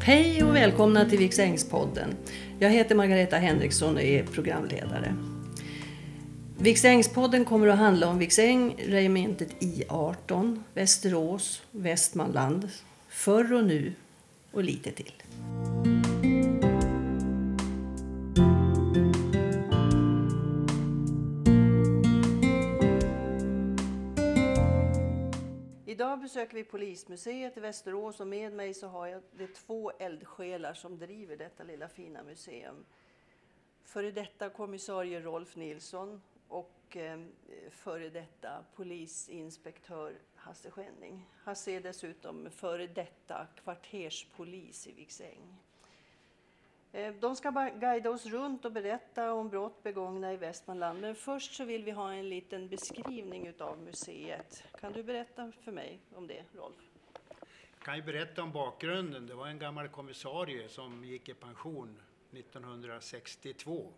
Hej och välkomna till Viksängspodden. Jag heter Margareta Henriksson och är programledare. Viksängspodden kommer att handla om Viksäng, regementet I18, Västerås, Västmanland, förr och nu och lite till. Idag besöker vi Polismuseet i Västerås och med mig så har jag de två eldsjälar som driver detta lilla fina museum. Före detta kommissarie Rolf Nilsson och före detta polisinspektör Hasse Schänning. Hasse är dessutom före detta kvarterspolis i Viksäng. De ska guida oss runt och berätta om brott begångna i Västmanland. Men först så vill vi ha en liten beskrivning av museet. Kan du berätta för mig om det, Rolf? Jag kan ju berätta om bakgrunden. Det var en gammal kommissarie som gick i pension 1962.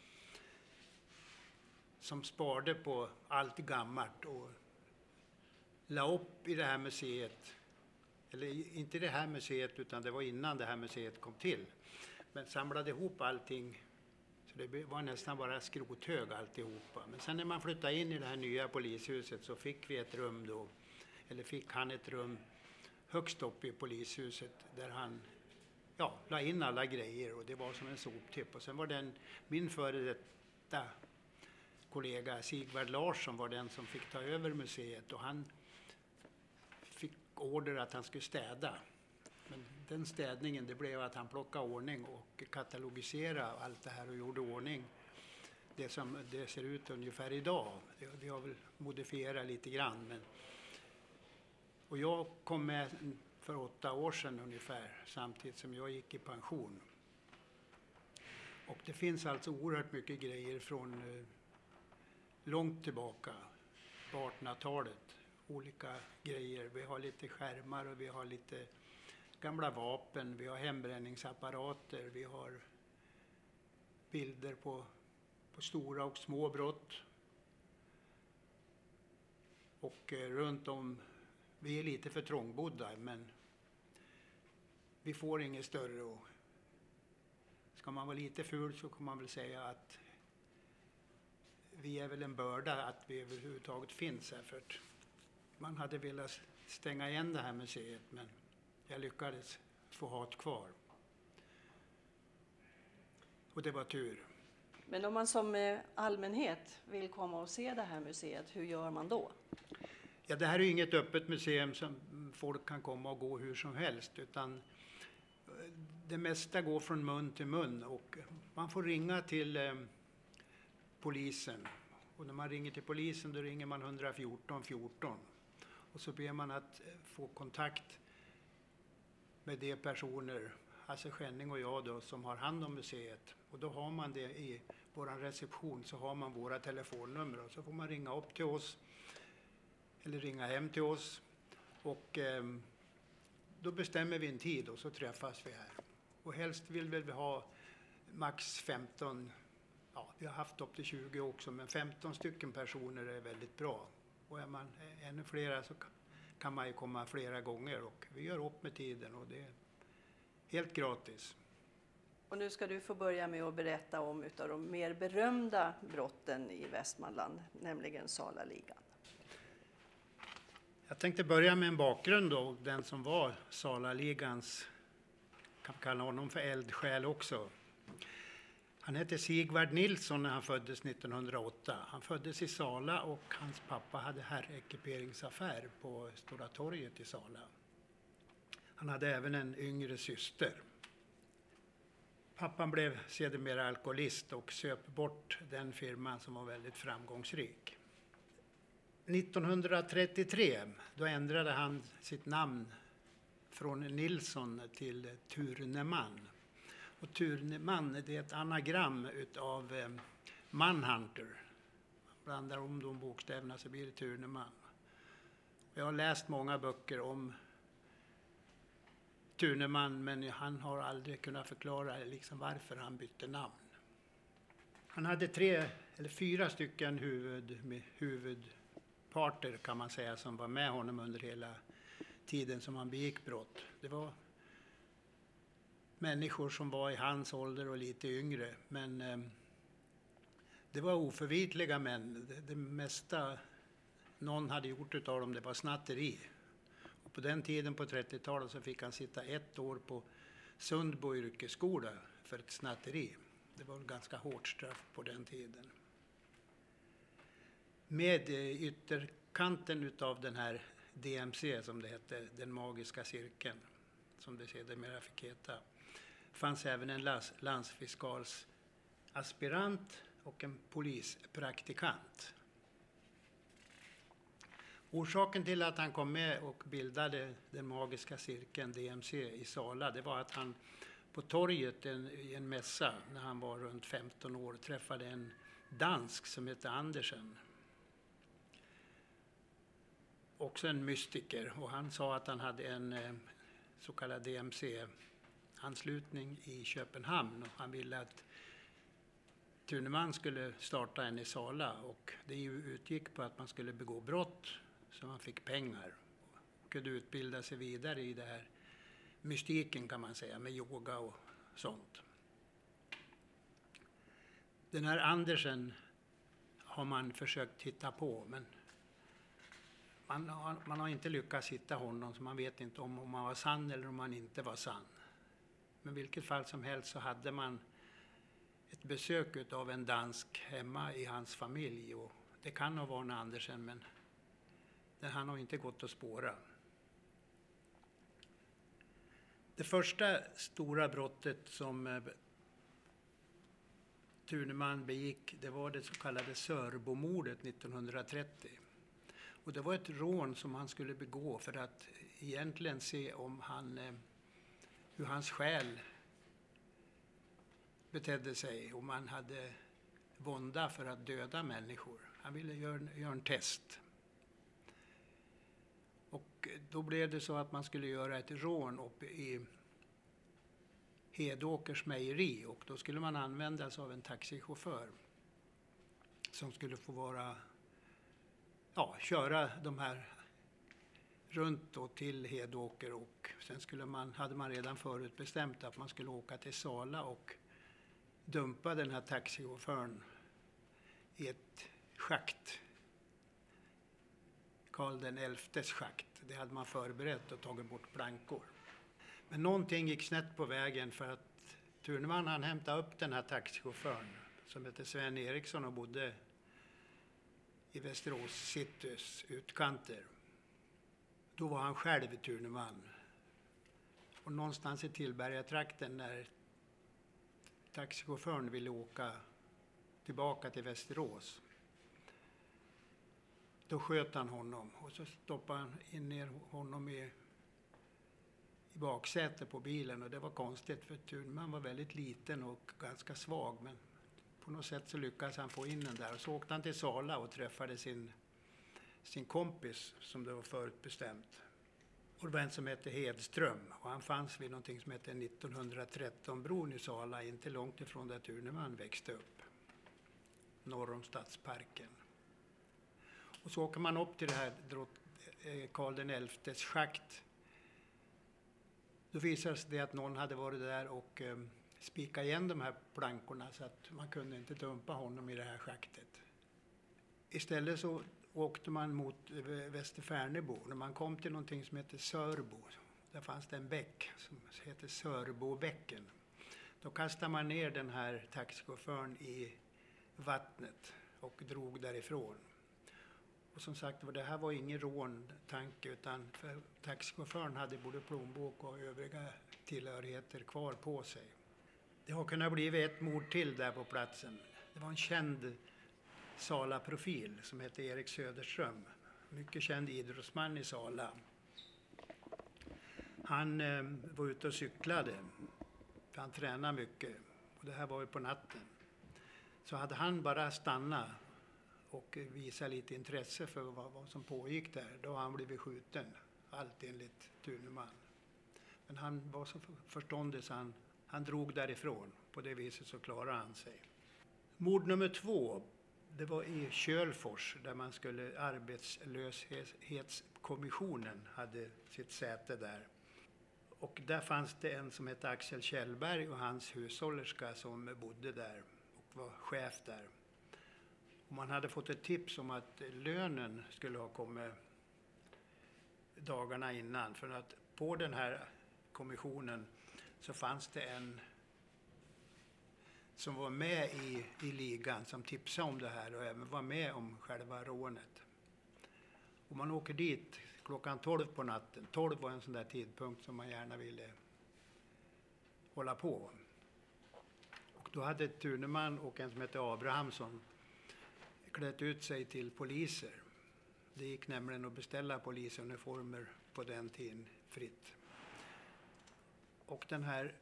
Som sparade på allt gammalt och la upp i det här museet. Eller inte det här museet utan det var innan det här museet kom till. Men samlade ihop allting, så det var nästan bara skrothög alltihopa. Men sen när man flyttade in i det här nya polishuset så fick vi ett rum då, eller fick han ett rum högst upp i polishuset där han la in alla grejer och det var som en soptipp. Och sen var min före detta kollega Sigvard Larsson var den som fick ta över museet och han fick order att han skulle städa. Men den städningen det blev att han plockade ordning och katalogiserade allt det här och gjorde ordning det som det ser ut ungefär idag. Vi har väl modifierat lite grann. Och jag kom med för 8 år sedan ungefär samtidigt som jag gick i pension. Och det finns alltså oerhört mycket grejer från långt tillbaka på 1800-talet. Olika grejer. Vi har lite skärmar och vi har lite gamla vapen, vi har hembränningsapparater, vi har bilder på stora och små brott. Och runt om, vi är lite för trångbodda men vi får inget större. Och ska man vara lite ful så kan man väl säga att vi är väl en börda att vi överhuvudtaget finns här. För att man hade velat stänga igen det här museet men jag lyckades få ha det kvar. Och det var tur. Men om man som allmänhet vill komma och se det här museet, hur gör man då? Ja, det här är ju inget öppet museum som folk kan komma och gå hur som helst. Utan det mesta går från mun till mun. Och man får ringa till polisen. Och när man ringer till polisen då ringer man 114 14. Och så ber man att få kontakt med de personer, Hasse Schänning och jag då, som har hand om museet. Och då har man det i vår reception så har man våra telefonnummer och så får man ringa upp till oss eller ringa hem till oss och då bestämmer vi en tid och så träffas vi här. Och helst vill vi ha max 15, vi har haft upp till 20 också, men 15 stycken personer är väldigt bra. Och är man ännu flera så kan man ju komma flera gånger och vi gör upp med tiden och det är helt gratis. Och nu ska du få börja med att berätta om utav de mer berömda brotten i Västmanland, nämligen Salaligan. Jag tänkte börja med en bakgrund då, den som var Salaligans, kan kalla honom för eldsjäl också. Han hette Sigvard Nilsson när han föddes 1908. Han föddes i Sala och hans pappa hade herrekiperingsaffär på Stora torget i Sala. Han hade även en yngre syster. Pappan blev sedermera alkoholist och söp bort den firman som var väldigt framgångsrik. 1933 då ändrade han sitt namn från Nilsson till Turneman. Och Turneman det är ett anagram utav Manhunter. Man blandar om de bokstäverna så blir det Turneman. Jag har läst många böcker om Turneman men han har aldrig kunnat förklara liksom varför han bytte namn. Han hade 3 eller 4 stycken huvudparter kan man säga som var med honom under hela tiden som han begick brott. Det var människor som var i hans ålder och lite yngre. Men det var oförvitliga män. Det mesta någon hade gjort utav dem, det var snatteri. Och på den tiden på 30-talet så fick han sitta 1 år på Sundbo yrkesskola för ett snatteri. Det var ganska hårt straff på den tiden. Med ytterkanten utav den här DMC som det hette, den magiska cirkeln, som det sedermera fick heta, fanns även en landsfiskalsaspirant och en polispraktikant. Orsaken till att han kom med och bildade den magiska cirkeln DMC i Sala, det var att han på torget i en mässa när han var runt 15 år träffade en dansk som hette Andersen. Också en mystiker, och han sa att han hade en så kallad DMC-anslutning i Köpenhamn, och han ville att Thuneman skulle starta en i Sala, och det utgick på att man skulle begå brott så man fick pengar och kunde utbilda sig vidare i det här mystiken, kan man säga, med yoga och sånt. Den här Andersen har man försökt titta på, men man har inte lyckats hitta honom, så man vet inte om han var sann eller om han inte var sann. Men i vilket fall som helst så hade man ett besök av en dansk hemma i hans familj, och det kan ha varit Andersen, men han har inte gått att spåra. Det första stora brottet som Thuneman begick, det var det så kallade Sörbomordet 1930. Och det var ett rån som han skulle begå för att egentligen se om hur hans själ betedde sig, om han hade vånda för att döda människor. Han ville göra en test. Och då blev det så att man skulle göra ett rån uppe i Hedåkers mejeri, och då skulle man använda sig av en taxichaufför som skulle få köra de här runt då till Hedåker, och sen hade man redan förut bestämt att man skulle åka till Sala och dumpa den här taxichauffören i ett schakt. Karl den XI:s schakt. Det hade man förberett och tagit bort plankor. Men någonting gick snett på vägen, för att Thuneman han hämtade upp den här taxichauffören som heter Sven Eriksson och bodde i Västerås citys utkanter. Då var han själv Thuneman. Och någonstans i Tillbergatrakten när taxichauffören ville åka tillbaka till Västerås, då sköt han honom och så stoppade han in ner honom i baksätet på bilen, och det var konstigt för Thuneman var väldigt liten och ganska svag, men på något sätt så lyckades han få in den där, och så åkte han till Sala och träffade sin kompis som det var förutbestämt. Och det var en som hette Hedström, och han fanns vid någonting som hette 1913-bron i Sala, inte långt ifrån där Thuneman växte upp, norr om Stadsparken. Och så åker man upp till det här Karl den XI:s schakt. Då visade det att någon hade varit där och spikat igen de här plankorna så att man kunde inte dumpa honom i det här schaktet. Istället så åkte man mot Västerfärnebo. När man kom till någonting som heter Sörbo, där fanns det en bäck som heter Sörbobäcken. Då kastade man ner den här taxichauffören i vattnet och drog därifrån. Och som sagt, det här var ingen råntanke, utan för taxichauffören hade både plånbok och övriga tillhörigheter kvar på sig. Det har kunnat bli ett mord till där på platsen. Det var en känd Sala-profil som hette Erik Söderström. Mycket känd idrottsman i Sala. Han var ute och cyklade. Han tränade mycket. Och det här var ju på natten. Så hade han bara stannat och visa lite intresse för vad som pågick där, då har han blivit skjuten. Allt enligt Thuneman. Men han var så förståndig så han drog därifrån. På det viset så klarade han sig. Mord nummer 2, det var i Kölfors där man arbetslöshetskommissionen hade sitt säte där. Och där fanns det en som hette Axel Kjellberg och hans hushållerska som bodde där och var chef där. Och man hade fått ett tips om att lönen skulle ha kommit dagarna innan. För att på den här kommissionen så fanns det en som var med i ligan som tipsade om det här och även var med om själva rånet. Och man åker dit klockan 12 på natten. 12 var en sån där tidpunkt som man gärna ville hålla på. Och då hade Tuneman och en som hette Abrahamsson klätt ut sig till poliser. Det gick nämligen att beställa polisuniformer på den tiden fritt. Och den här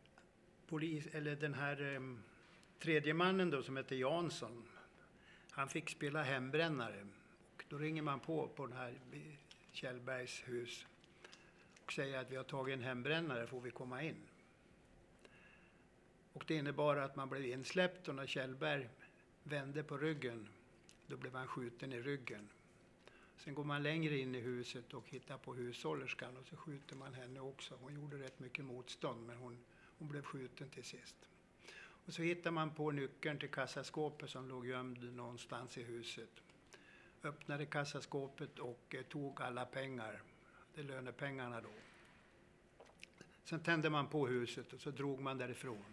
tredje mannen då som hette Jansson, han fick spela hembrännare. Och då ringer man på den här Kjellbergs hus och säger att vi har tagit en hembrännare, får vi komma in? Och det innebar att man blev insläppt och när Kjellberg vände på ryggen, då blev han skjuten i ryggen. Sen går man längre in i huset och hittar på hushållerskan och så skjuter man henne också. Hon gjorde rätt mycket motstånd men hon blev skjuten till sist. Och så hittar man på nyckeln till kassaskåpet som låg gömd någonstans i huset. Öppnade kassaskåpet och tog alla pengar, det är lönepengarna då. Sen tände man på huset och så drog man därifrån.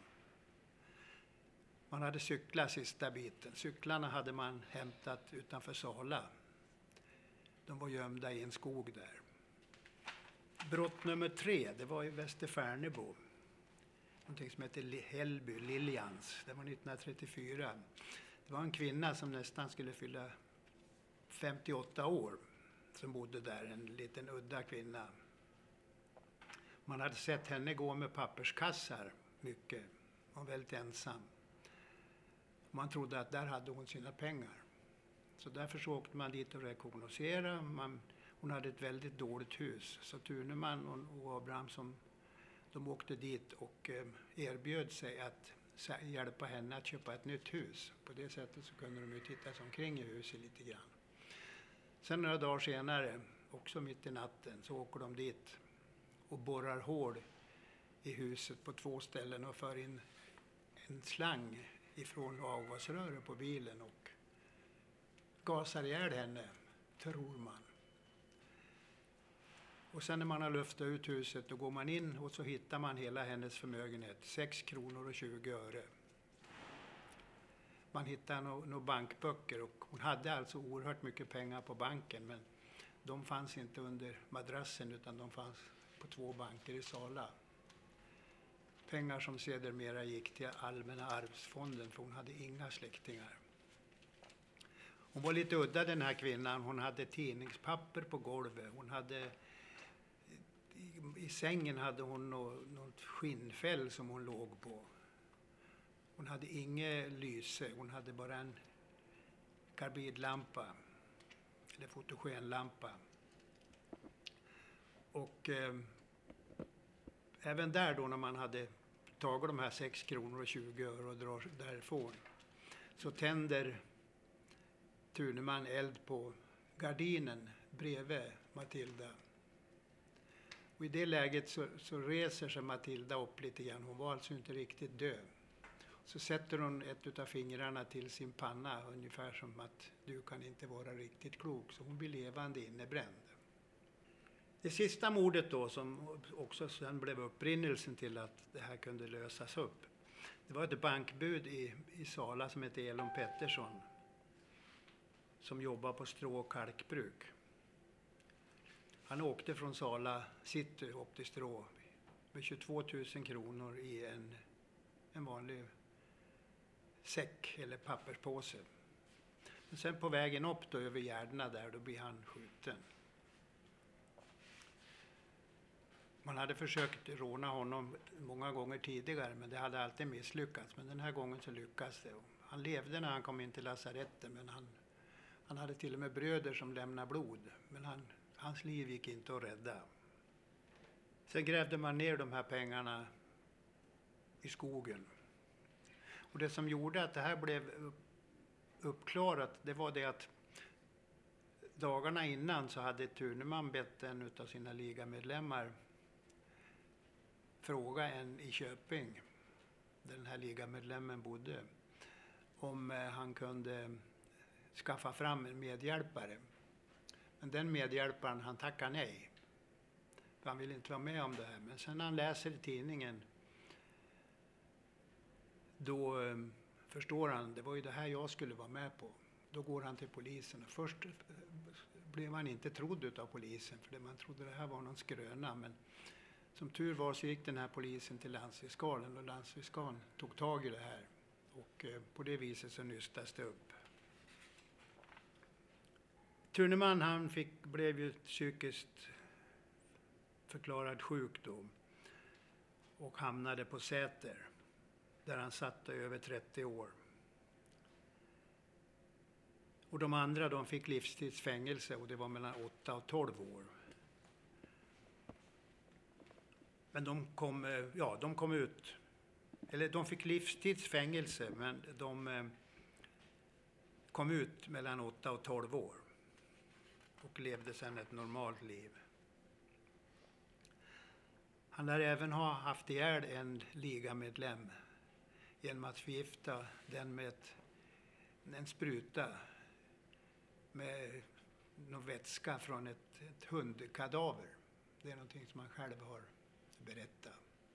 Man hade cyklat sista biten. Cyklarna hade man hämtat utanför Sala. De var gömda i en skog där. Brott nummer 3, det var i Västerfärnebo. Någonting som heter Hällby, Liljans. Det var 1934. Det var en kvinna som nästan skulle fylla 58 år som bodde där, en liten udda kvinna. Man hade sett henne gå med papperskassar mycket. Hon var väldigt ensam. Man trodde att där hade hon sina pengar. Så därför så åkte man dit och rekognoserade. Hon hade ett väldigt dåligt hus. Så Tuneman och Abrahamsson, de åkte dit och erbjöd sig att hjälpa henne att köpa ett nytt hus. På det sättet så kunde de ju titta sig omkring i huset lite grann. Sen några dagar senare, också mitt i natten, så åker de dit och borrar hål i huset på 2 ställen och för in en slang ifrån avgasröret på bilen och gasar ihjäl henne, tror man. Och sen när man har luftat ut huset, då går man in och så hittar man hela hennes förmögenhet, 6 kronor och 20 öre. Man hittar några bankböcker och hon hade alltså oerhört mycket pengar på banken, men de fanns inte under madrassen utan de fanns på 2 banker i Sala. Pengar som sedermera gick till Allmänna arvsfonden för hon hade inga släktingar. Hon var lite udda den här kvinnan, hon hade tidningspapper på golvet, hon hade i sängen hade hon något skinnfäll som hon låg på. Hon hade inget lyse, hon hade bara en karbidlampa eller fotogenlampa. Och även där då när man hade tagit de här 6 kronor och 20 öre och drar därifrån så tänder Tuneman eld på gardinen bredvid Matilda. Och i det läget så reser sig Matilda upp lite grann. Hon var alltså inte riktigt död. Så sätter hon ett av fingrarna till sin panna ungefär som att du kan inte vara riktigt klok. Så hon blir levande innebränd. Det sista mordet då som också sen blev upprinnelsen till att det här kunde lösas upp. Det var ett bankbud i Sala som hette Elon Pettersson. Som jobbar på Strå- och kalkbruk. Han åkte från Sala city upp till Strå med 22 000 kronor i en vanlig säck eller papperspåse. Men sen på vägen upp då över Gärdena där, då blir han skjuten. Man hade försökt råna honom många gånger tidigare men det hade alltid misslyckats. Men den här gången så lyckades det. Han levde när han kom in till lasaretten men han hade till och med bröder som lämnade blod. Men hans liv gick inte att rädda. Sen grävde man ner de här pengarna i skogen. Och det som gjorde att det här blev uppklarat, det var det att dagarna innan så hade Tuneman bett en av sina ligamedlemmar fråga en i Köping, där den här ligamedlemmen bodde, om han kunde skaffa fram en medhjälpare. Men den medhjälparen, han tackade nej. För han ville inte vara med om det här. Men sen när han läser i tidningen, då förstår han, det var ju det här jag skulle vara med på. Då går han till polisen. Först blev han inte trodd av polisen, för man trodde det här var någon skröna. Men som tur var så gick den här polisen till landsfiskalen, och landsfiskalen tog tag i det här. Och på det viset så nystas det upp. Turneman, han blev ju psykiskt förklarad sjuk då och hamnade på Säter, där han satt över 30 år. Och de andra, de fick livstidsfängelse, och det var mellan 8 och 12 år. Men de kom ut, eller de fick livstidsfängelse, men de kom ut mellan 8 och 12 år och levde sedan ett normalt liv. Han lär även ha haft ihjäl en ligamedlem genom att förgifta den med en spruta med någon vätska från ett hundkadaver. Det är någonting som han själv har berättat.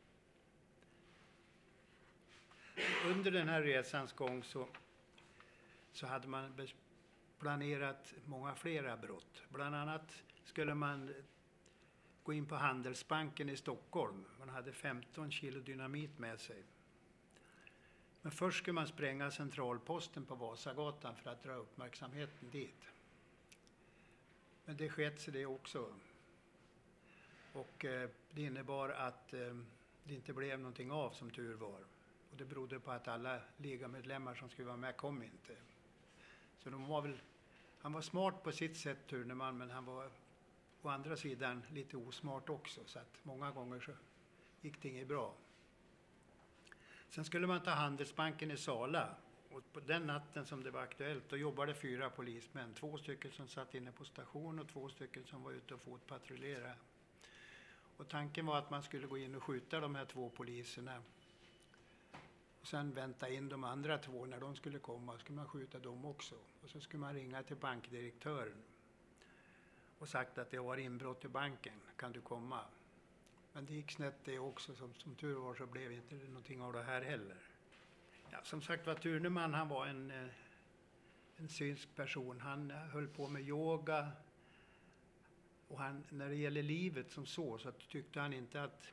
Under den här resans gång så hade man planerat många flera brott. Bland annat skulle man gå in på Handelsbanken i Stockholm. Man hade 15 kilo dynamit med sig. Men först skulle man spränga centralposten på Vasagatan för att dra uppmärksamheten dit. Men det sket sig det också. Och det innebar att det inte blev någonting av, som tur var. Och det berodde på att alla ligamedlemmar som skulle vara med kom inte. Så han var smart på sitt sätt, Turneman, men han var å andra sidan lite osmart också. Så att många gånger så gick det inget bra. Sen skulle man ta Handelsbanken i Sala. Och på den natten som det var aktuellt, då jobbade 4 polismän. 2 stycken som satt inne på station och 2 stycken som var ute och fotpatrullera. Och tanken var att man skulle gå in och skjuta de här 2 poliserna. Och sen vänta in de andra 2 när de skulle komma. Skulle man skjuta dem också. Och så skulle man ringa till bankdirektören och sagt att det var inbrott i banken. Kan du komma? Men det gick snett det också. Som tur var så blev inte det någonting av det här heller. Ja, som sagt var, Turneman, han var en synsk person. Han höll på med yoga. Och när det gäller livet som så tyckte han inte att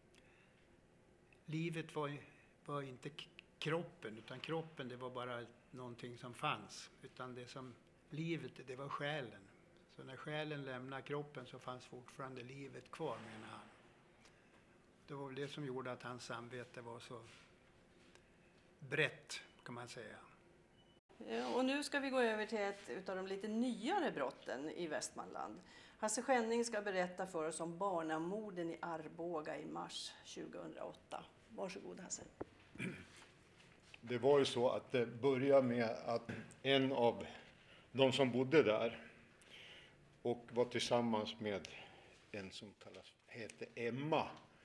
livet var inte kroppen, utan kroppen det var bara någonting som fanns. Utan det som livet, det var själen. Så när själen lämnade kroppen så fanns fortfarande livet kvar, menar han. Det var väl det som gjorde att hans samvete var så brett, kan man säga. Och nu ska vi gå över till ett av de lite nyare brotten i Västmanland. Hasse Skänning ska berätta för oss om barnamorden i Arboga i mars 2008. Varsågod, Hasse. Det var ju så att det började med att en av de som bodde där och var tillsammans med en som hette Emma,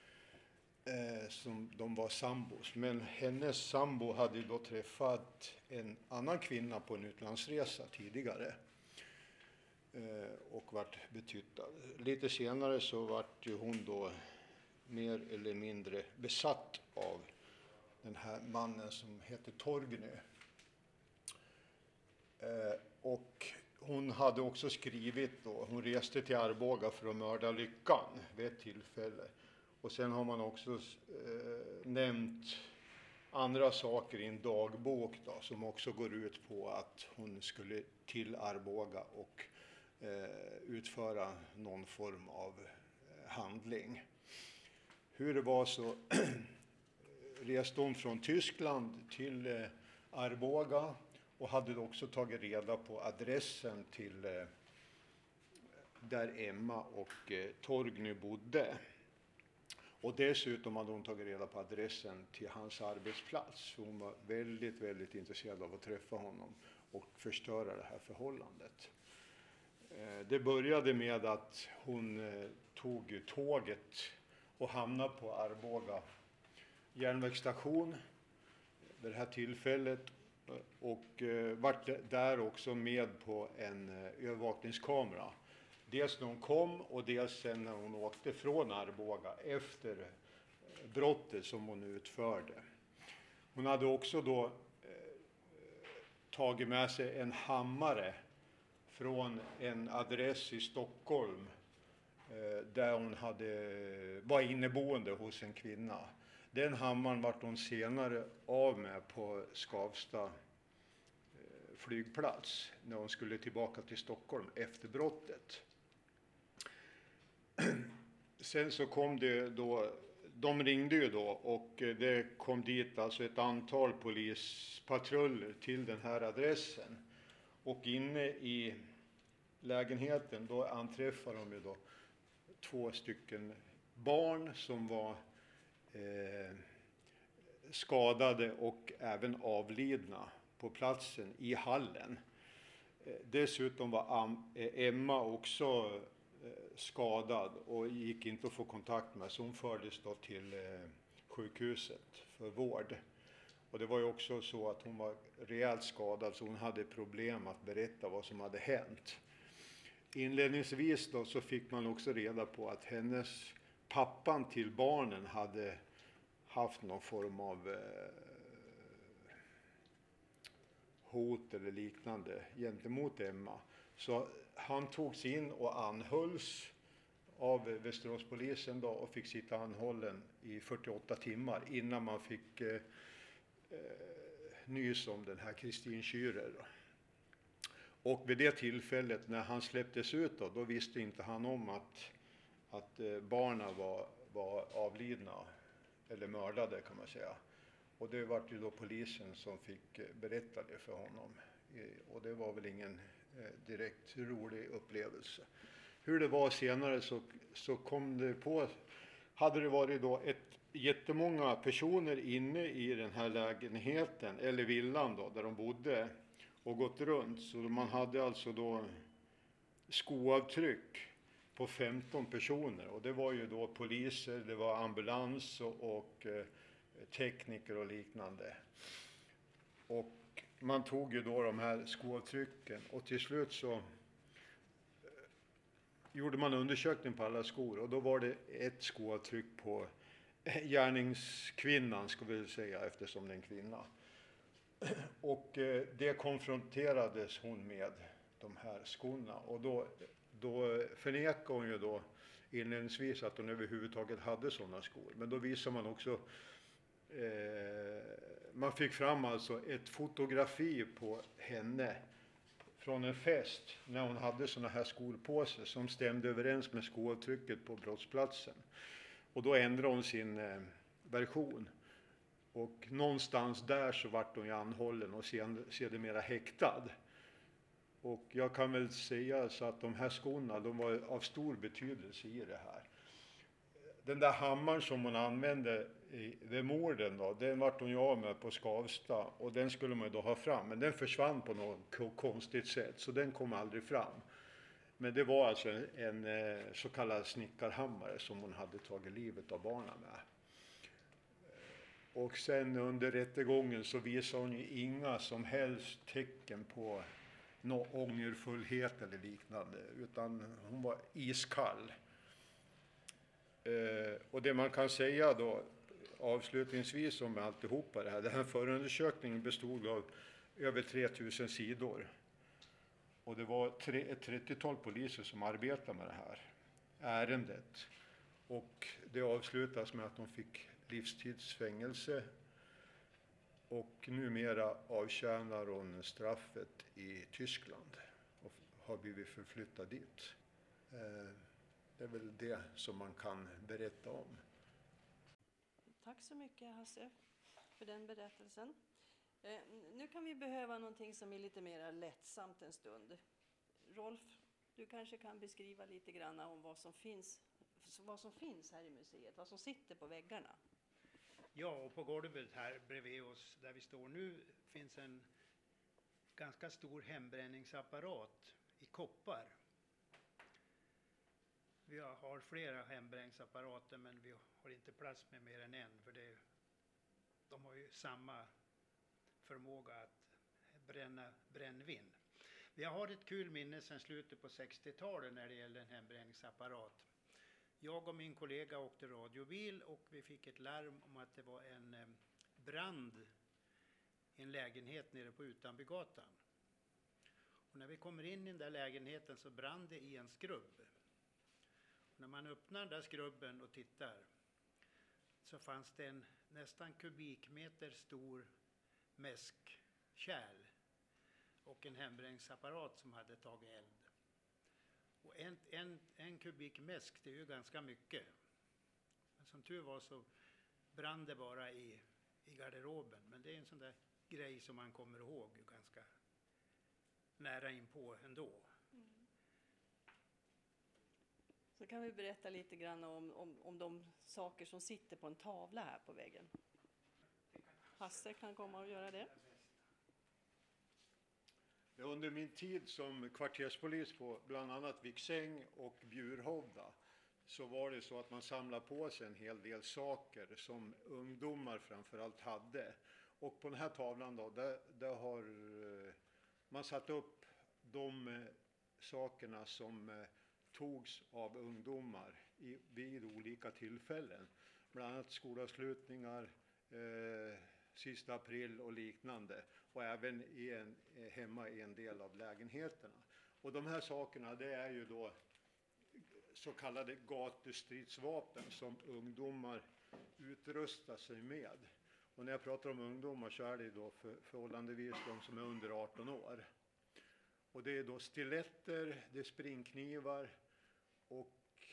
som de var sambos. Men hennes sambo hade ju då träffat en annan kvinna på en utlandsresa tidigare och vart betyttad. Lite senare så vart ju hon då mer eller mindre besatt av den här mannen som heter Torgny. Och hon hade också skrivit då, hon reste till Arboga för att mörda Lyckan vid ett tillfälle. Och sen har man också nämnt andra saker i en dagbok då, som också går ut på att hon skulle till Arboga och utföra någon form av handling. Hur det var så reste hon från Tyskland till Arboga och hade också tagit reda på adressen till där Emma och Torgny bodde. Och dessutom hade hon tagit reda på adressen till hans arbetsplats. Hon var väldigt, väldigt intresserad av att träffa honom och förstöra det här förhållandet. Det började med att hon tog tåget och hamnade på Arboga järnvägsstation vid det här tillfället och vart där också med på en övervakningskamera. Dels när hon kom och dels sen när hon åkte från Arboga efter brottet som hon utförde. Hon hade också då tagit med sig en hammare från en adress i Stockholm där hon var inneboende hos en kvinna. Den hammaren vart hon senare av med på Skavsta flygplats när hon skulle tillbaka till Stockholm efter brottet. Sen så kom det då, de ringde ju då och det kom dit alltså ett antal polispatruller till den här adressen. Och inne i lägenheten då anträffade de ju då 2 stycken barn som var skadade och även avlidna på platsen i hallen. Dessutom var Emma också skadad och gick inte att få kontakt med, så hon fördes då till sjukhuset för vård. Och det var ju också så att hon var rejält skadad, så hon hade problem att berätta vad som hade hänt. Inledningsvis då så fick man också reda på att pappan till barnen hade haft någon form av hot eller liknande gentemot Emma. Så han togs in och anhölls av Västeråspolisen då och fick sitta anhållen i 48 timmar innan man fick nys om den här Kristin Schürer. Och vid det tillfället när han släpptes ut då visste inte han om att barnen var avlidna eller mördade kan man säga. Och det var ju då polisen som fick berätta det för honom. Och det var väl ingen direkt rolig upplevelse. Hur det var senare så kom det på, hade det varit då jättemånga personer inne i den här lägenheten eller villan då där de bodde och gått runt, så man hade alltså då skoavtryck på 15 personer och det var ju då poliser, det var ambulans och tekniker och liknande. Och man tog ju då de här skoavtrycken och till slut så gjorde man undersökning på alla skor och då var det ett skoavtryck på gärningskvinnan, ska vi säga, eftersom det är en kvinna. Och det konfronterades hon med de här skorna och då förnekade hon ju då inledningsvis att hon överhuvudtaget hade sådana skor. Men då visar man också, man fick fram alltså ett fotografi på henne från en fest när hon hade sådana här skor på sig som stämde överens med skoavtrycket på brottsplatsen. Och då ändrade hon sin version. Och någonstans där så vart hon ju anhållen och sedermera häktad. Och jag kan väl säga så att de här skorna, de var av stor betydelse i det här. Den där hammaren som hon använde vid morden då, den vart hon ju av med på Skavsta och den skulle man då ha fram. Men den försvann på något konstigt sätt så den kom aldrig fram. Men det var alltså en så kallad snickarhammare som hon hade tagit livet av barnen med. Och sen under rättegången så visade hon ju inga som helst tecken på någon ångerfullhet eller liknande, utan hon var iskall. Och det man kan säga då avslutningsvis om alltihopa det här, den här förundersökningen bestod av över 3000 sidor. Och det var ett 30-tal poliser som arbetade med det här ärendet. Och det avslutas med att de fick livstidsfängelse och numera avtjänar hon straffet i Tyskland och har blivit förflyttad dit. Det är väl det som man kan berätta om. Tack så mycket Hasse för den berättelsen. Nu kan vi behöva någonting som är lite mer lättsamt en stund. Rolf, du kanske kan beskriva lite grann om vad som finns här i museet, vad som sitter på väggarna. Ja, och på golvet här bredvid oss där vi står nu finns en ganska stor hembränningsapparat i koppar. Vi har flera hembränningsapparater, men vi har inte plats med mer än en, för de har ju samma förmåga att bränna brännvin. Vi har ett kul minne sedan slutet på 60-talet när det gäller en hembränningsapparat. Jag och min kollega åkte radiobil och vi fick ett larm om att det var en brand i en lägenhet nere på Utanbygatan. Och när vi kommer in i den där lägenheten så brann det i en skrubb. Och när man öppnar den där skrubben och tittar så fanns det en nästan kubikmeter stor mäskkärl och en hembränningsapparat som hade tagit eld. Och en kubik mäsk, det är ju ganska mycket. Men som tur var så brann det bara i garderoben. Men det är en sån där grej som man kommer ihåg ganska nära inpå ändå. Så kan vi berätta lite grann om de saker som sitter på en tavla här på väggen. Hasse kan komma och göra det. Under min tid som kvarterspolis på bland annat Viksäng och Bjurhovda så var det så att man samlade på sig en hel del saker som ungdomar framförallt hade. Och på den här tavlan då, där har man satt upp de sakerna som togs av ungdomar vid olika tillfällen. Bland annat skolavslutningar, sista april och liknande. Och även hemma i en del av lägenheterna. Och de här sakerna, det är ju då så kallade gatustridsvapen som ungdomar utrustar sig med. Och när jag pratar om ungdomar så är det då förhållandevis de som är under 18 år. Och det är då stiletter, det är springknivar och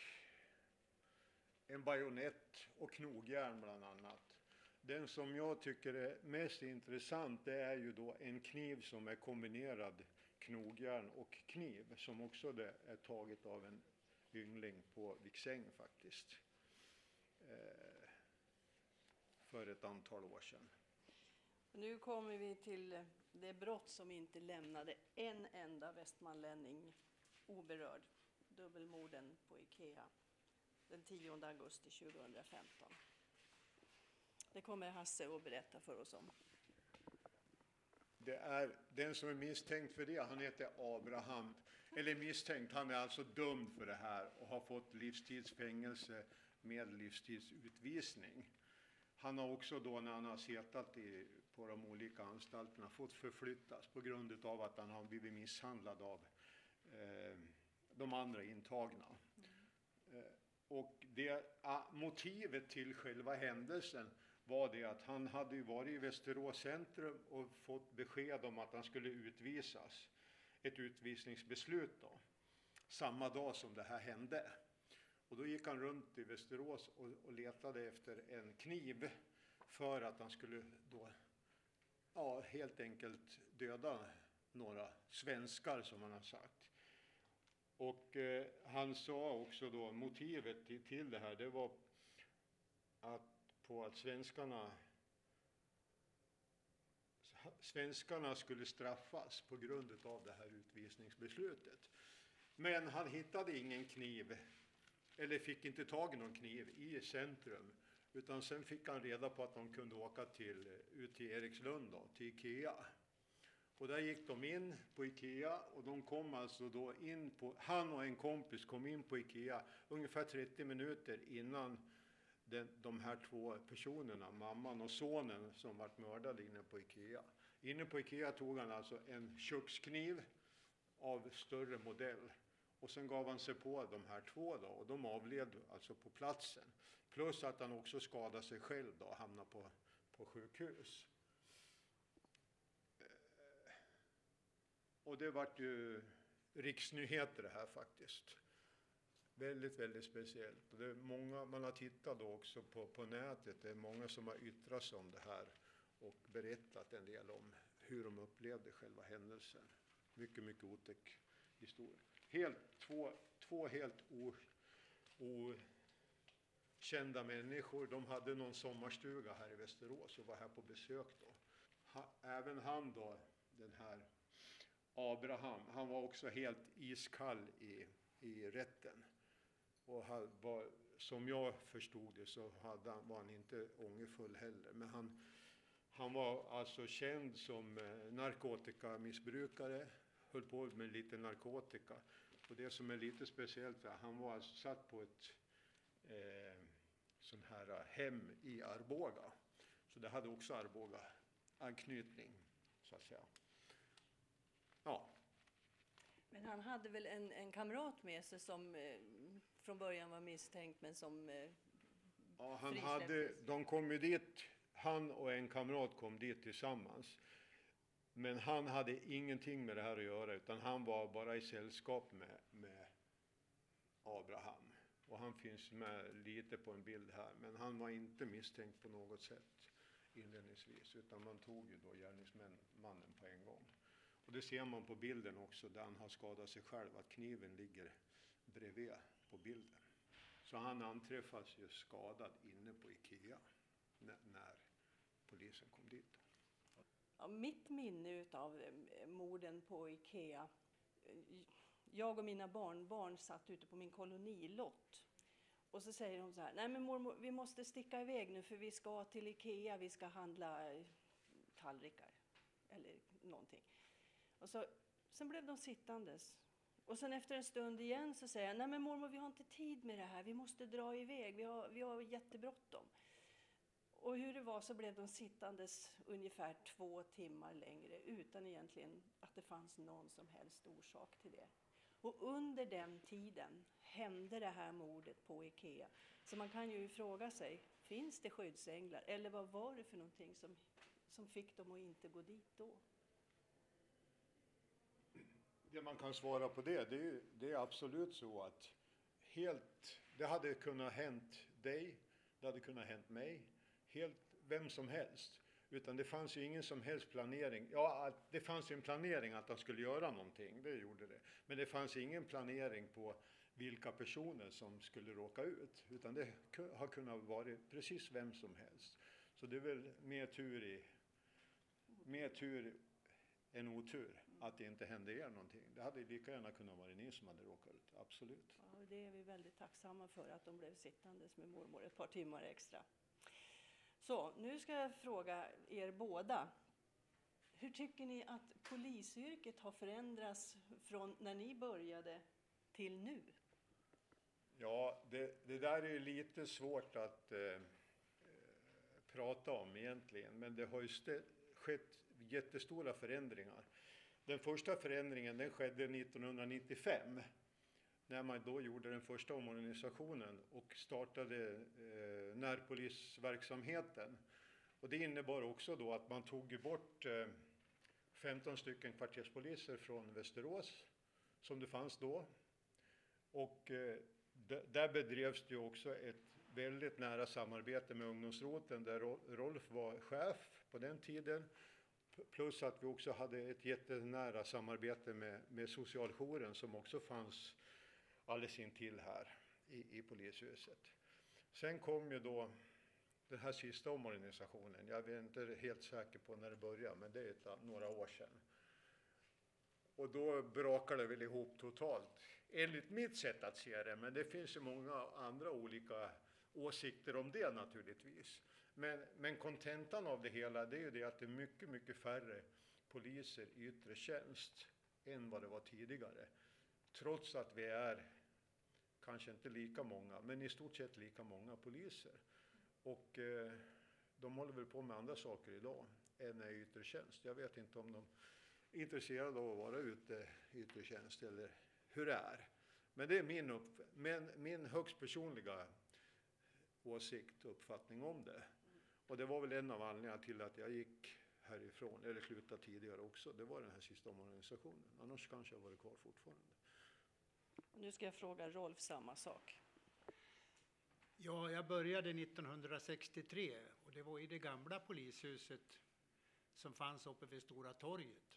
en bajonett och knogjärn bland annat. Den som jag tycker är mest intressant, det är ju då en kniv som är kombinerad knogjärn och kniv, som också det är taget av en yngling på Viksäng faktiskt. För ett antal år sedan. Nu kommer vi till det brott som inte lämnade en enda västmanlänning oberörd. Dubbelmorden på Ikea den 10 augusti 2015. Det kommer Hasse att berätta för oss om. Det är den som är misstänkt för det, han heter Abraham. Eller misstänkt, han är alltså dömd för det här och har fått livstidsfängelse med livstidsutvisning. Han har också då när han har suttit på de olika anstalterna fått förflyttas på grund av att han har blivit misshandlad av de andra intagna. Och motivet till själva händelsen var det att han hade ju varit i Västerås centrum och fått besked om att han skulle utvisas. Ett utvisningsbeslut då, samma dag som det här hände. Och då gick han runt i Västerås och letade efter en kniv för att han skulle då helt enkelt döda några svenskar som han har sagt. Och han sa också då motivet till det här, det var att svenskarna skulle straffas på grund av det här utvisningsbeslutet. Men han hittade ingen kniv, eller fick inte tag i någon kniv i centrum. Utan sen fick han reda på att de kunde åka ut till Erikslund då, till Ikea. Och där gick de in på Ikea och de kom alltså då in på, han och en kompis kom in på Ikea ungefär 30 minuter innan de här två personerna, mamman och sonen som vart mördade inne på Ikea. Inne på Ikea tog han alltså en kökskniv av större modell. Och sen gav han sig på de här två då, och de avled alltså på platsen. Plus att han också skadade sig själv då och hamnade på sjukhus. Och det vart ju riksnyheter det här faktiskt. Väldigt, väldigt speciellt. Och det är många, man har tittat då också på nätet, det är många som har yttrat sig om det här och berättat en del om hur de upplevde själva händelsen. Mycket, mycket otäck historia. Två helt okända människor, de hade någon sommarstuga här i Västerås och var här på besök då. Även han då, den här Abraham, han var också helt iskall i rätten. Och som jag förstod det så var han inte ångerfull heller. Men han var alltså känd som narkotikamissbrukare, höll på med lite narkotika. Och det som är lite speciellt, han var alltså satt på ett sån här hem i Arboga. Så det hade också Arboga-anknytning, så att säga. Ja. Men han hade väl en kamrat med sig som från början var misstänkt, men som ja, de kom ju dit, han och en kamrat kom dit tillsammans. Men han hade ingenting med det här att göra, utan han var bara i sällskap med Abraham. Och han finns med lite på en bild här, men han var inte misstänkt på något sätt inledningsvis, utan man tog ju då gärningsmannen på en gång. Och det ser man på bilden också, där han har skadat sig själv, att kniven ligger bredvid på bilden. Så han anträffas ju skadad inne på Ikea när polisen kom dit. Ja, mitt minne av morden på Ikea, jag och mina barnbarn satt ute på min kolonilott. Och så säger de så här: nej men mormor, vi måste sticka iväg nu för vi ska till Ikea, vi ska handla tallrikar eller någonting. Och sen blev de sittandes. Och sen efter en stund igen så säger jag: nej men mormor, vi har inte tid med det här, vi måste dra iväg, vi har jättebråttom. Och hur det var så blev de sittandes ungefär 2 timmar längre utan egentligen att det fanns någon som helst orsak till det. Och under den tiden hände det här mordet på Ikea. Så man kan ju fråga sig, finns det skyddsänglar? Eller vad var det för någonting som fick dem att inte gå dit då? Det man kan svara på det är absolut så att det hade kunnat hänt dig, det hade kunnat hänt mig, helt vem som helst. Utan det fanns ju ingen som helst planering. Ja, det fanns ju en planering att han skulle göra någonting, det gjorde det. Men det fanns ingen planering på vilka personer som skulle råka ut. Utan det har kunnat vara precis vem som helst. Så det är väl mer tur än otur att det inte hände er någonting. Det hade lika gärna kunnat vara ni som hade råkat ut, absolut. Ja, det är vi väldigt tacksamma för, att de blev sittandes med mormor ett par timmar extra. Så, nu ska jag fråga er båda. Hur tycker ni att polisyrket har förändrats från när ni började till nu? Ja, det där är lite svårt att prata om egentligen, men det har ju skett jättestora förändringar. Den första förändringen den skedde 1995 när man då gjorde den första omorganisationen och startade närpolisverksamheten. Och det innebar också då att man tog bort 15 stycken kvarterspoliser från Västerås som det fanns då. Och där bedrevs det också ett väldigt nära samarbete med ungdomsroten där Rolf var chef på den tiden. Plus att vi också hade ett jättenära samarbete med socialjouren som också fanns alldeles intill här i polishuset. Sen kom ju då den här sista omorganisationen. Jag är inte helt säker på när det började, men det är några år sedan. Och då brakade det väl ihop totalt. Enligt mitt sätt att se det, men det finns ju många andra olika åsikter om det naturligtvis. Men kontentan av det hela, det är ju det att det är mycket, mycket färre poliser i yttre tjänst än vad det var tidigare. Trots att vi är kanske inte lika många, men i stort sett lika många poliser. Och de håller väl på med andra saker idag än i yttre tjänst. Jag vet inte om de är intresserade av att vara ute i yttre tjänst eller hur det är. Men det är min högst personliga åsikt och uppfattning om det. Och det var väl en av anledningarna till att jag gick härifrån, eller slutade tidigare också. Det var den här sista omorganisationen. Annars kanske jag varit kvar fortfarande. Nu ska jag fråga Rolf samma sak. Ja, jag började 1963 och det var i det gamla polishuset som fanns uppe vid Stora torget.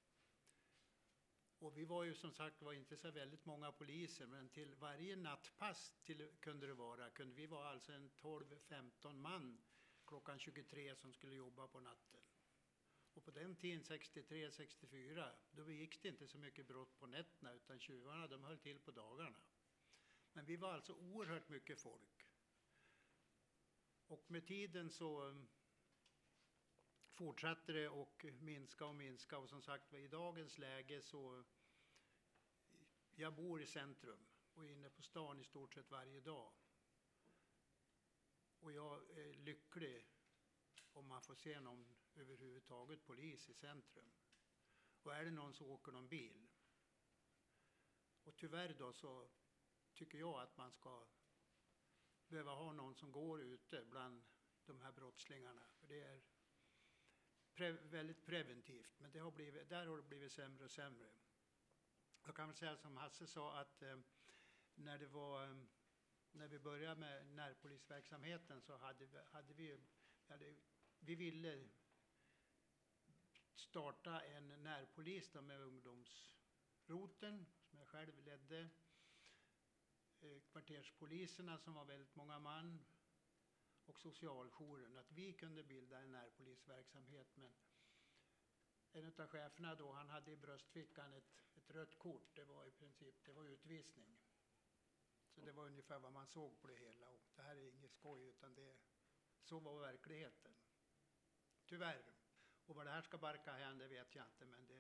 Och vi var ju som sagt inte så väldigt många poliser, men till varje nattpass kunde vi vara alltså en 12-15 man klockan 23 som skulle jobba på natten. Och på den tiden, 63-64, då begicks det inte så mycket brott på nätterna, utan tjuvarna de höll till på dagarna. Men vi var alltså oerhört mycket folk. Och med tiden så fortsatte det och minska och som sagt i dagens läge så jag bor i centrum och är inne på stan i stort sett varje dag. Och jag är lycklig om man får se någon överhuvudtaget polis i centrum. Och är det någon så åker någon bil. Och tyvärr då så tycker jag att man ska behöva ha någon som går ute bland de här brottslingarna. För det är väldigt preventivt, men där har det blivit sämre och sämre. Jag kan väl säga som Hasse sa att när vi började med närpolisverksamheten så vi ville starta en närpolis då med ungdomsroten som jag själv ledde. Kvarterspoliserna som var väldigt många man och socialjouren, att vi kunde bilda en närpolisverksamhet. Men en av cheferna då, han hade i bröstfickan ett rött kort, det var i princip, det var utvisning. Så det var ungefär vad man såg på det hela och det här är inget skoj utan så var verkligheten. Tyvärr. Och vad det här ska barka hän, det vet jag inte, men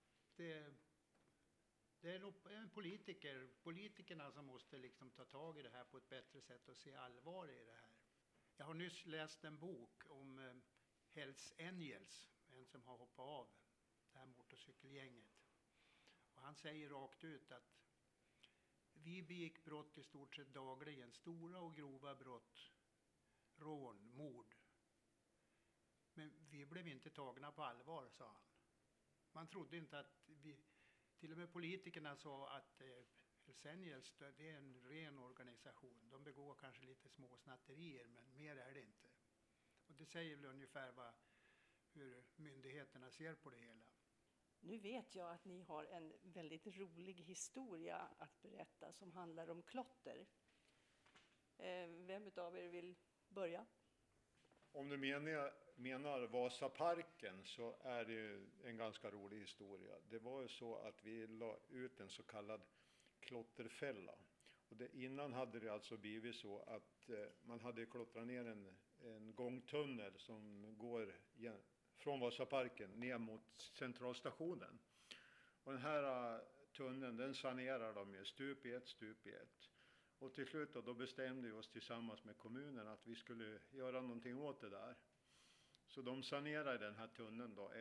det är nog en politikerna som måste liksom ta tag i det här på ett bättre sätt och se allvar i det här. Jag har nyss läst en bok om Hells Angels, en som har hoppat av det här motorcykelgänget. Och han säger rakt ut att vi begick brott i stort sett dagligen, stora och grova brott, rån, mord. Men vi blev inte tagna på allvar, sa han. Man trodde inte att till och med politikerna sa att Hells Angels, det är en ren organisation. De begår kanske lite små snatterier, men mer är det inte. Och det säger väl ungefär hur myndigheterna ser på det hela. Nu vet jag att ni har en väldigt rolig historia att berätta som handlar om klotter. Vem av er vill börja? Om du menar Vasaparken så är det ju en ganska rolig historia. Det var ju så att vi la ut en så kallad klotterfälla. Och innan hade det alltså blivit så att man hade klottrat ner en gångtunnel som går från Vasaparken ner mot centralstationen. Och den här tunneln, den sanerar de ju stup i ett. Och till slut då bestämde vi oss tillsammans med kommunen att vi skulle göra någonting åt det där. Så de sanerade den här tunneln då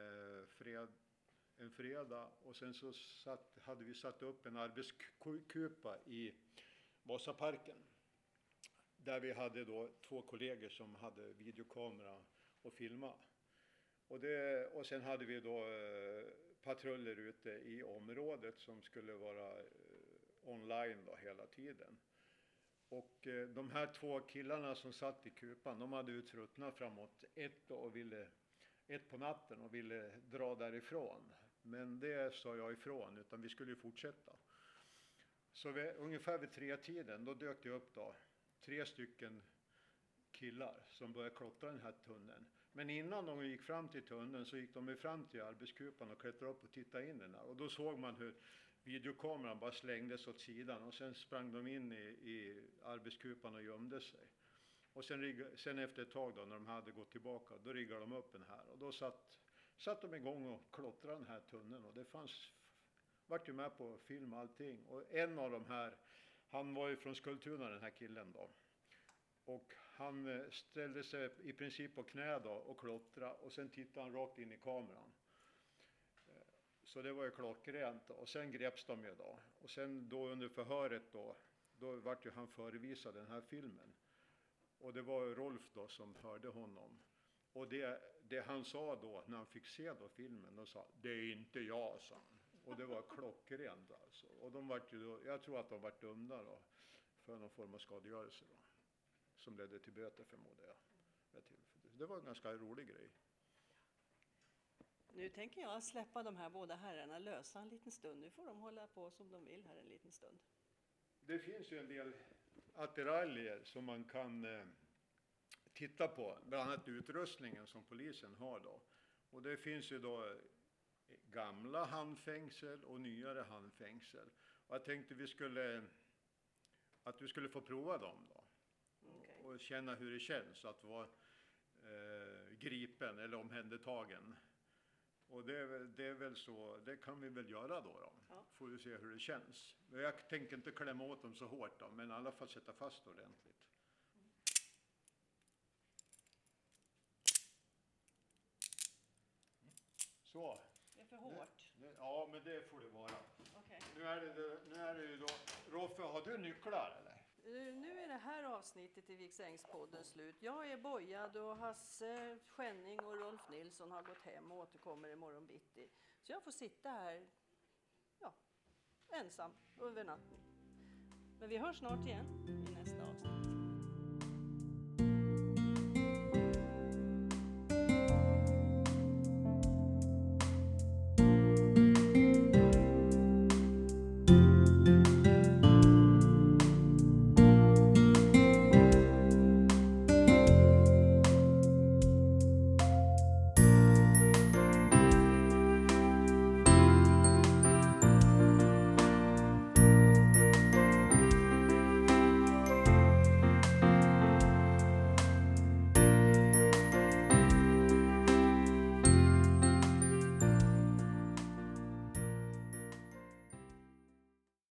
en fredag och sen så hade vi satt upp en arbetskupa i Vasaparken. Där vi hade då 2 kollegor som hade videokamera och filma. Och sen hade vi då patruller ute i området som skulle vara online då hela tiden. Och de här 2 killarna som satt i kupan, de hade tröttnat framåt 1 på natten och ville dra därifrån. Men det sa jag ifrån, utan vi skulle fortsätta. Så ungefär vid 3-tiden, då dök det upp då 3 stycken killar som började klottra den här tunneln. Men innan de gick fram till tunneln så gick de fram till arbetskupan och klättrade upp och tittade in den där. Och då såg man hur videokameran bara slängdes åt sidan och sen sprang de in i arbetskupan och gömde sig. Och sen efter ett tag då, när de hade gått tillbaka, då riggade de upp den här. Och då satt de igång och klottrade den här tunneln. Och det vart ju med på film allting. Och en av de här, han var ju från Skultuna, den här killen då. Och han ställde sig i princip på knä då och klottrade. Och sen tittade han rakt in i kameran. Så det var ju klockrent. Och sen greps de ju då. Och sen då under förhöret då vart ju han förevisad den här filmen. Och det var Rolf då som hörde honom. Och det han sa då när han fick se då filmen, då sa det är inte jag, sa han. Och det var klockrent alltså. Och jag tror att de vart dömda då för någon form av skadegörelse då. Som ledde till böter, förmodar jag. Det var en ganska rolig grej. Nu tänker jag släppa de här båda herrarna lösa en liten stund. Nu får de hålla på som de vill här en liten stund. Det finns ju en del attiraljer som man kan titta på. Bland annat utrustningen som polisen har då. Och det finns ju då gamla handfängsel och nyare handfängsel. Och jag tänkte vi skulle att du skulle få prova dem då. Okej. Och känna hur det känns att vara gripen eller omhändertagen. Och det är väl så, det kan vi väl göra då. Ja. Får vi se hur det känns. Jag tänker inte klämma åt dem så hårt då, men i alla fall sätta fast ordentligt. Så. Det är för hårt. Ja, men det får det vara. Okej. Nu är det ju då, Roffe, har du nycklar eller? Nu är det här avsnittet i Viksängspodden slut. Jag är bojad och Hasse Skänning och Rolf Nilsson har gått hem och återkommer imorgon bitti. Så jag får sitta här, ja, ensam över natten. Men vi hörs snart igen i nästa avsnitt.